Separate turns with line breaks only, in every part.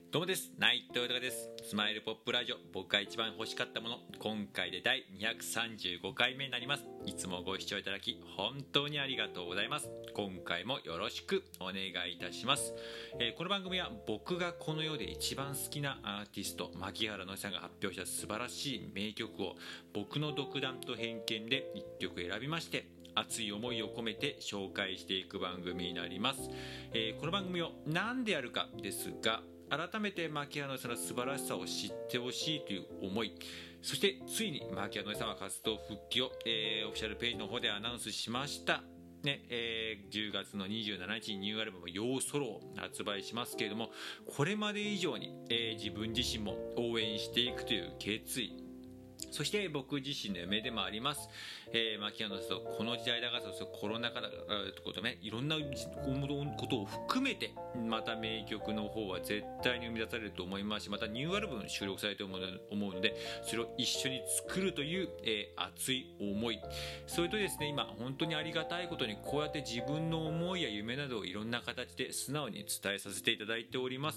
どうもです。内藤豊です。スマイルポップラジオ、僕が一番欲しかったもの、今回で第235回目になります。いつもご視聴いただき本当にありがとうございます。今回もよろしくお願いいたします。この番組は僕がこの世で一番好きなアーティスト牧原のりさんが発表した素晴らしい名曲を僕の独断と偏見で1曲選びまして熱い思いを込めて紹介していく番組になります。この番組を何でやるかですが、改めて牧原のりさんの素晴らしさを知ってほしいという思い、そしてついに牧原のりさんは活動復帰を、オフィシャルページの方でアナウンスしましたね。10月の27日にニューアルバム「ヨーソロ」を発売しますけれども、これまで以上に、自分自身も応援していくという決意、そして僕自身の夢でもあります。牧原のりさん、この時代だからこそコロナ禍だからということね、いろんなことを含めてまた名曲の方は絶対に生み出されると思いますし、またニューアルバムに収録されていると思うので、それを一緒に作るという、熱い思い、それとですね、今本当にありがたいことにこうやって自分の思いや夢などをいろんな形で素直に伝えさせていただいております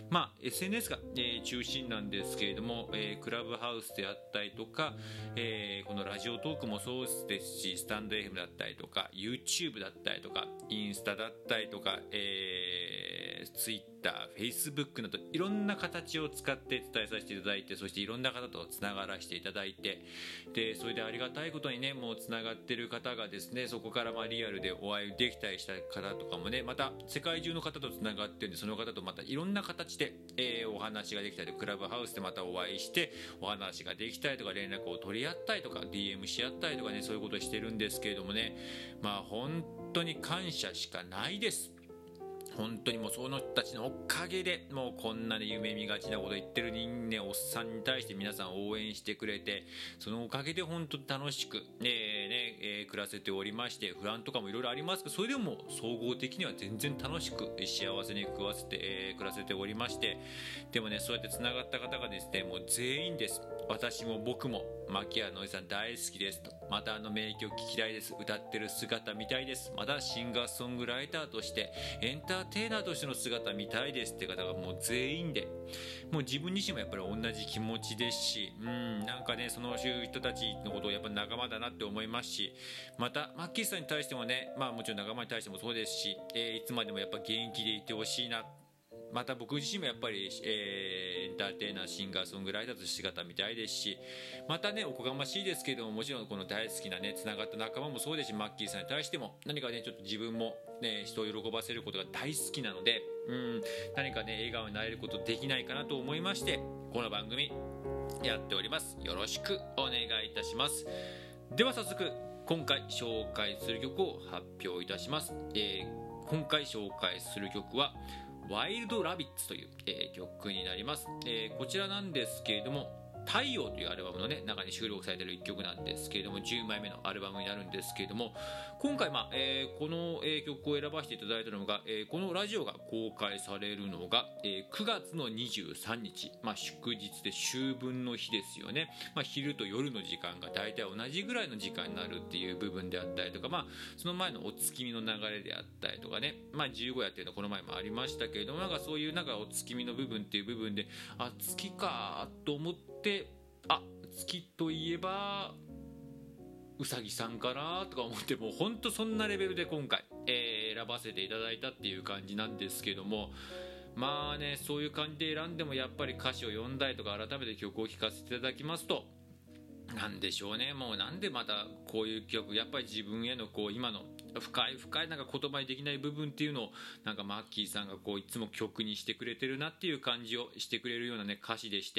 。SNS が、中心なんですけれども、クラブハウスであったりとか、このラジオトークもそうですし、スタンド FM だったりとか YouTube だったりとかインスタだったりとか、Twitter、Facebook などいろんな形を使って伝えさせていただいて、そしていろんな方とつながらせていただいて、でそれでありがたいことにね、もうつながってる方がですね、そこからリアルでお会いできたりした方とかもね、また世界中の方とつながってるんで、その方とまたいろんな形で、お話ができたり、クラブハウスでまたお会いしてお話ができたりとか、連絡を取り合ったりとか DM し合ったりとかね、そういうことをしてるんですけれどもね、本当に感謝しかないです。本当にもうその人たちのおかげで、もうこんなに夢見がちなこと言ってるおっさんに対して皆さん応援してくれて、そのおかげで本当に楽しく、暮らせておりまして、不安とかもいろいろありますけど、それでも総合的には全然楽しく幸せに暮らせておりまして、でもね、そうやってつながった方がですね、もう全員です。私も僕も牧原のりさん大好きですと、また名曲聴きたいです、歌ってる姿見たいです、またシンガーソングライターとしてエンターテイナーとしての姿見たいですって方がもう全員で、もう自分自身もやっぱり同じ気持ちですし、なんかね、その人たちのことをやっぱり仲間だなって思いますし、またマッキーさんに対してもね、もちろん仲間に対してもそうですし、いつまでもやっぱ元気でいてほしいな。また僕自身もやっぱり、エンターテイナー、シンガーソングライターとして姿見たいですし、またね、おこがましいですけれども、もちろんこの大好きなね、つながった仲間もそうですし、マッキーさんに対しても何かね、ちょっと自分もね、人を喜ばせることが大好きなので、何かね、笑顔になれることできないかなと思いまして、この番組やっております。よろしくお願いいたします。では早速今回紹介する曲を発表いたします。今回紹介する曲はワイルドラビッツという、曲になります。こちらなんですけれども、太陽というアルバムの、中に収録されている1曲なんですけれども、10枚目のアルバムになるんですけれども、今回、この、曲を選ばせていただいたのが、このラジオが公開されるのが、9月の23日、祝日で秋分の日ですよね。昼と夜の時間が大体同じぐらいの時間になるっていう部分であったりとか、その前のお月見の流れであったりとかね、15夜っていうのはこの前もありましたけれども、そういうお月見の部分っていう部分で、月かと思って、月といえばうさぎさんかなとか思って、もうほんとそんなレベルで今回、選ばせていただいたっていう感じなんですけども、そういう感じで選んでもやっぱり歌詞を読んだりとか改めて曲を聴かせていただきますと、なんでしょうね、もうなんでまたこういう曲、やっぱり自分への今の深い言葉にできない部分っていうのをマッキーさんがいつも曲にしてくれてるなっていう感じをしてくれるような歌詞でして、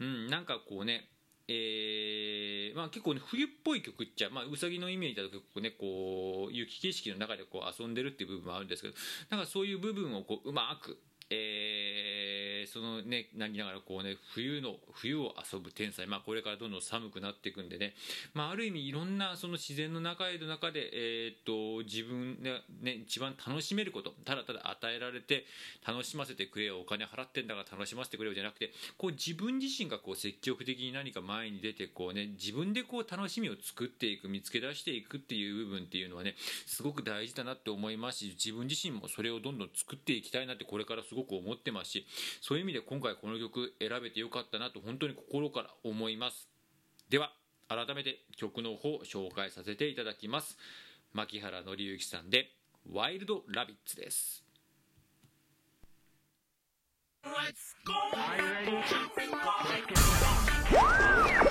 結構冬っぽい曲っちゃ、うさぎのイメージだと結構ね、雪景色の中で遊んでるっていう部分もあるんですけど、そういう部分をうまくなりながら冬を遊ぶ天才、これからどんどん寒くなっていくんでね、ある意味いろんなその自然の中で、自分で、一番楽しめること、ただただ与えられて楽しませてくれよ、お金払ってんだから楽しませてくれよじゃなくて、自分自身が積極的に何か前に出て自分で楽しみを作っていく、見つけ出していくっていう部分っていうのはね、すごく大事だなって思いますし、自分自身もそれをどんどん作っていきたいなってこれからすごく思ってますし、そういういう意味で今回この曲選べてよかったなと本当に心から思います。では改めて曲の方紹介させていただきます。牧原紀之さんでワイルドラビッツです。Let's go!